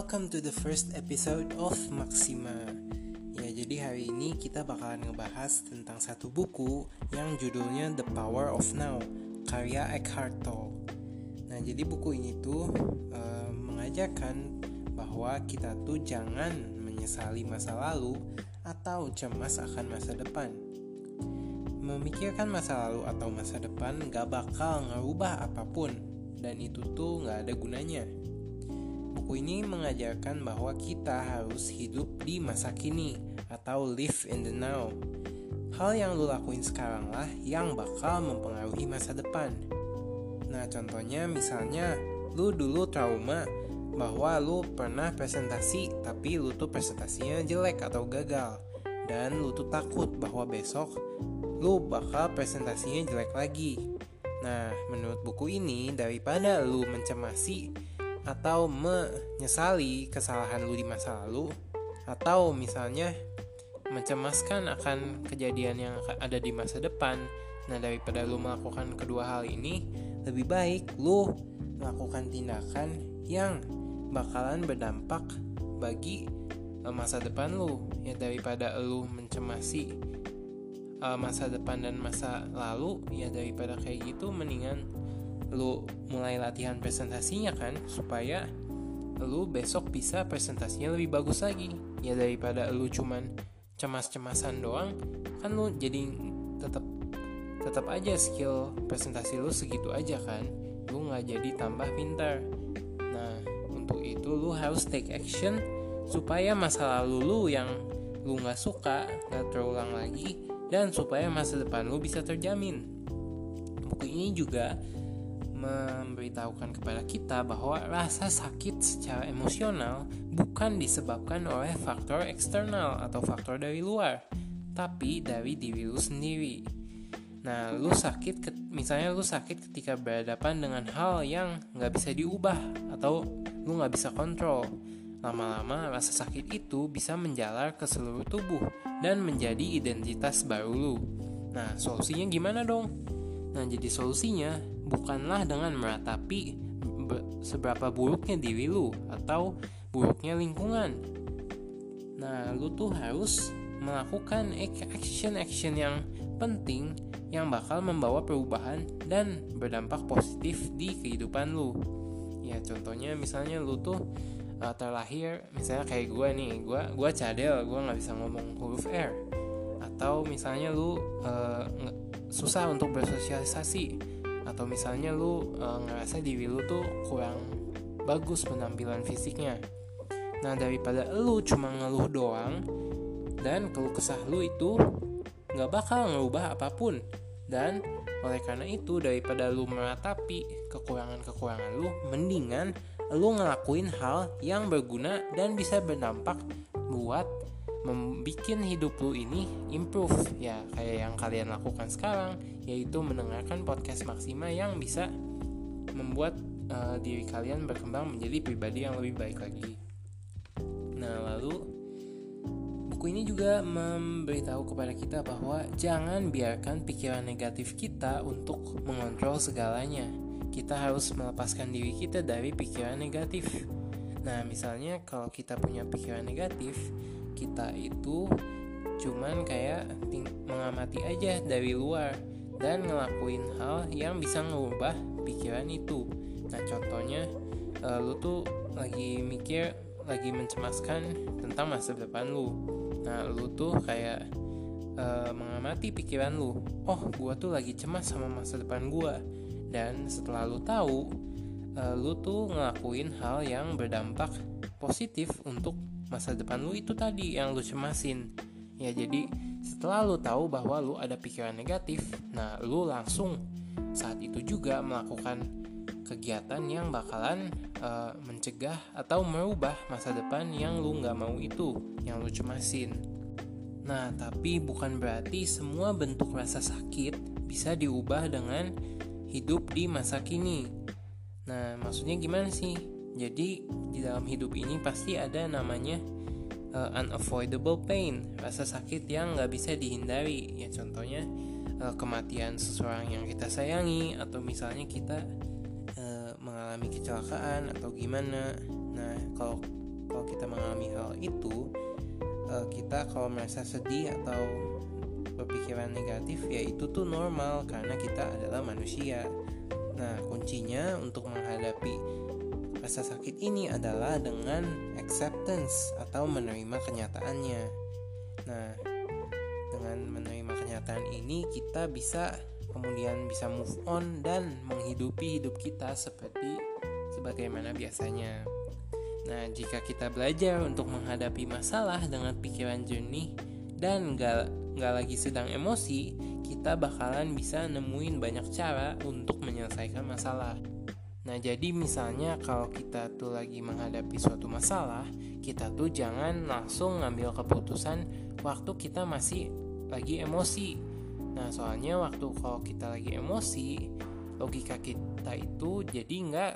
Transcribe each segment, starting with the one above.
welcome to the first episode of Maxima. Ya, jadi hari ini kita bakalan ngebahas tentang satu buku yang judulnya The Power of Now, karya Eckhart Tolle. Nah, jadi buku ini tuh mengajarkan bahwa kita tuh jangan menyesali masa lalu atau cemas akan masa depan. Memikirkan masa lalu atau masa depan gak bakal ngerubah apapun, dan itu tuh gak ada gunanya. Buku ini mengajarkan bahwa kita harus hidup di masa kini atau live in the now. Hal yang lu lakuin sekarang lah yang bakal mempengaruhi masa depan. Nah, contohnya misalnya lu dulu trauma bahwa lu pernah presentasi tapi lu tuh presentasinya jelek atau gagal, dan lu tuh takut bahwa besok lu bakal presentasinya jelek lagi. Nah, menurut buku ini, daripada lu mencemasi atau menyesali kesalahan lu di masa lalu, atau misalnya mencemaskan akan kejadian yang ada di masa depan, nah daripada lu melakukan kedua hal ini, lebih baik lu melakukan tindakan yang bakalan berdampak bagi masa depan lu. Ya, daripada lu mencemasi masa depan dan masa lalu, ya daripada kayak gitu mendingan lu mulai latihan presentasinya kan, supaya lu besok bisa presentasinya lebih bagus lagi. Ya, daripada lu cuman cemas-cemasan doang, kan lu jadi tetap aja skill presentasi lu segitu aja kan, lu nggak jadi tambah pintar. Nah, untuk itu lu harus take action supaya masa lalu lu yang lu nggak suka nggak terulang lagi, dan supaya masa depan lu bisa terjamin. Buku ini juga memberitahukan kepada kita bahwa rasa sakit secara emosional bukan disebabkan oleh faktor eksternal atau faktor dari luar, tapi dari diri lu sendiri. Nah, misalnya lu sakit ketika berhadapan dengan hal yang gak bisa diubah atau lu gak bisa kontrol. Lama-lama rasa sakit itu bisa menjalar ke seluruh tubuh dan menjadi identitas baru lu. Nah, solusinya gimana dong? Nah, jadi solusinya bukanlah dengan meratapi seberapa buruknya diri lu atau buruknya lingkungan. Nah, lu tuh harus melakukan action yang penting yang bakal membawa perubahan dan berdampak positif di kehidupan lu. Ya, contohnya misalnya lu tuh terlahir, misalnya kayak gue nih, gue cadel, gue nggak bisa ngomong huruf R. Atau misalnya lu susah untuk bersosialisasi, atau misalnya lu ngerasa diri lu tuh kurang bagus penampilan fisiknya. Nah, daripada lu cuma ngeluh doang dan keluh kesah lu itu gak bakal ngerubah apapun. Dan oleh karena itu, daripada lu meratapi kekurangan-kekurangan lu, mendingan lu ngelakuin hal yang berguna dan bisa berdampak buat membikin hidup lu ini improve. Ya, kayak yang kalian lakukan sekarang, yaitu mendengarkan podcast Maxima yang bisa membuat diri kalian berkembang menjadi pribadi yang lebih baik lagi. Nah, lalu buku ini juga memberitahu kepada kita bahwa jangan biarkan pikiran negatif kita untuk mengontrol segalanya. Kita harus melepaskan diri kita dari pikiran negatif. Nah, misalnya kalau kita punya pikiran negatif, kita itu cuman kayak mengamati aja dari luar dan ngelakuin hal yang bisa ngubah pikiran itu. Nah, contohnya lu tuh lagi mencemaskan tentang masa depan lu. Nah, lu tuh kayak mengamati pikiran lu. Oh, gua tuh lagi cemas sama masa depan gua. Dan setelah lu tahu, lu tuh ngelakuin hal yang berdampak positif untuk masa depan lu itu tadi yang lu cemasin. Ya, jadi setelah lu tahu bahwa lu ada pikiran negatif, nah lu langsung saat itu juga melakukan kegiatan yang bakalan mencegah atau merubah masa depan yang lu gak mau itu, yang lu cemasin. Nah, tapi bukan berarti semua bentuk rasa sakit bisa diubah dengan hidup di masa kini. Nah, maksudnya gimana sih? Jadi di dalam hidup ini pasti ada namanya unavoidable pain, rasa sakit yang gak bisa dihindari. Ya, contohnya kematian seseorang yang kita sayangi, atau misalnya kita mengalami kecelakaan atau gimana. Nah, kalau kalau kita mengalami hal itu, kita kalau merasa sedih atau berpikiran negatif, ya itu tuh normal karena kita adalah manusia. Nah, kuncinya untuk menghadapi rasa sakit ini adalah dengan acceptance atau menerima kenyataannya. Nah, dengan menerima kenyataan ini kita kemudian bisa move on dan menghidupi hidup kita sebagaimana biasanya. Nah, jika kita belajar untuk menghadapi masalah dengan pikiran jernih dan gak lagi sedang emosi, kita bakalan bisa nemuin banyak cara untuk menyelesaikan masalah. Nah, jadi misalnya kalau kita tuh lagi menghadapi suatu masalah, kita tuh jangan langsung ngambil keputusan waktu kita masih lagi emosi. Nah, soalnya kalau kita lagi emosi, logika kita itu jadi nggak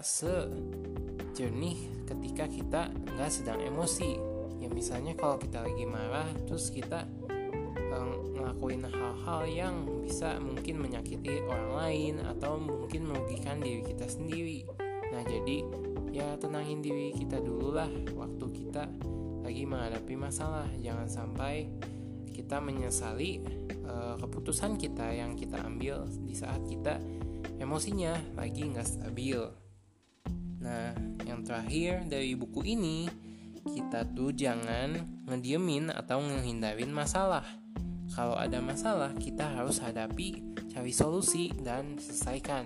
sejernih ketika kita nggak sedang emosi. Ya misalnya kalau kita lagi marah, terus kita ngelakuin hal-hal yang bisa mungkin menyakiti orang lain atau mungkin merugikan diri kita sendiri. Nah, jadi ya tenangin diri kita dulu lah waktu kita lagi menghadapi masalah. Jangan sampai kita menyesali keputusan kita yang kita ambil di saat kita emosinya lagi nggak stabil. Nah, yang terakhir dari buku ini, kita tuh jangan ngediemin atau ngehindarin masalah. Kalau ada masalah, kita harus hadapi, cari solusi, dan selesaikan.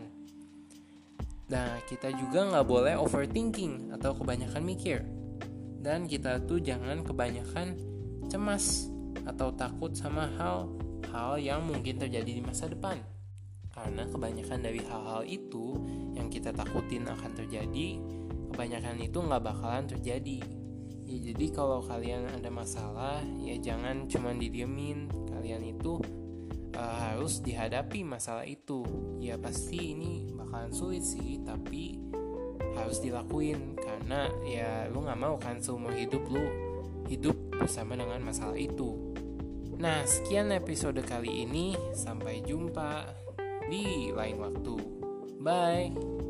Nah, kita juga nggak boleh overthinking atau kebanyakan mikir. Dan kita tuh jangan kebanyakan cemas atau takut sama hal-hal yang mungkin terjadi di masa depan. Karena kebanyakan dari hal-hal itu yang kita takutin akan terjadi, kebanyakan itu nggak bakalan terjadi. Ya, jadi kalau kalian ada masalah, ya jangan cuma didiemin. Kalian itu harus dihadapi masalah itu. Ya pasti ini bakalan sulit sih, tapi harus dilakuin. Karena ya lu gak mau kan seumur hidup lu hidup bersama dengan masalah itu. Nah, sekian episode kali ini. Sampai jumpa di lain waktu. Bye.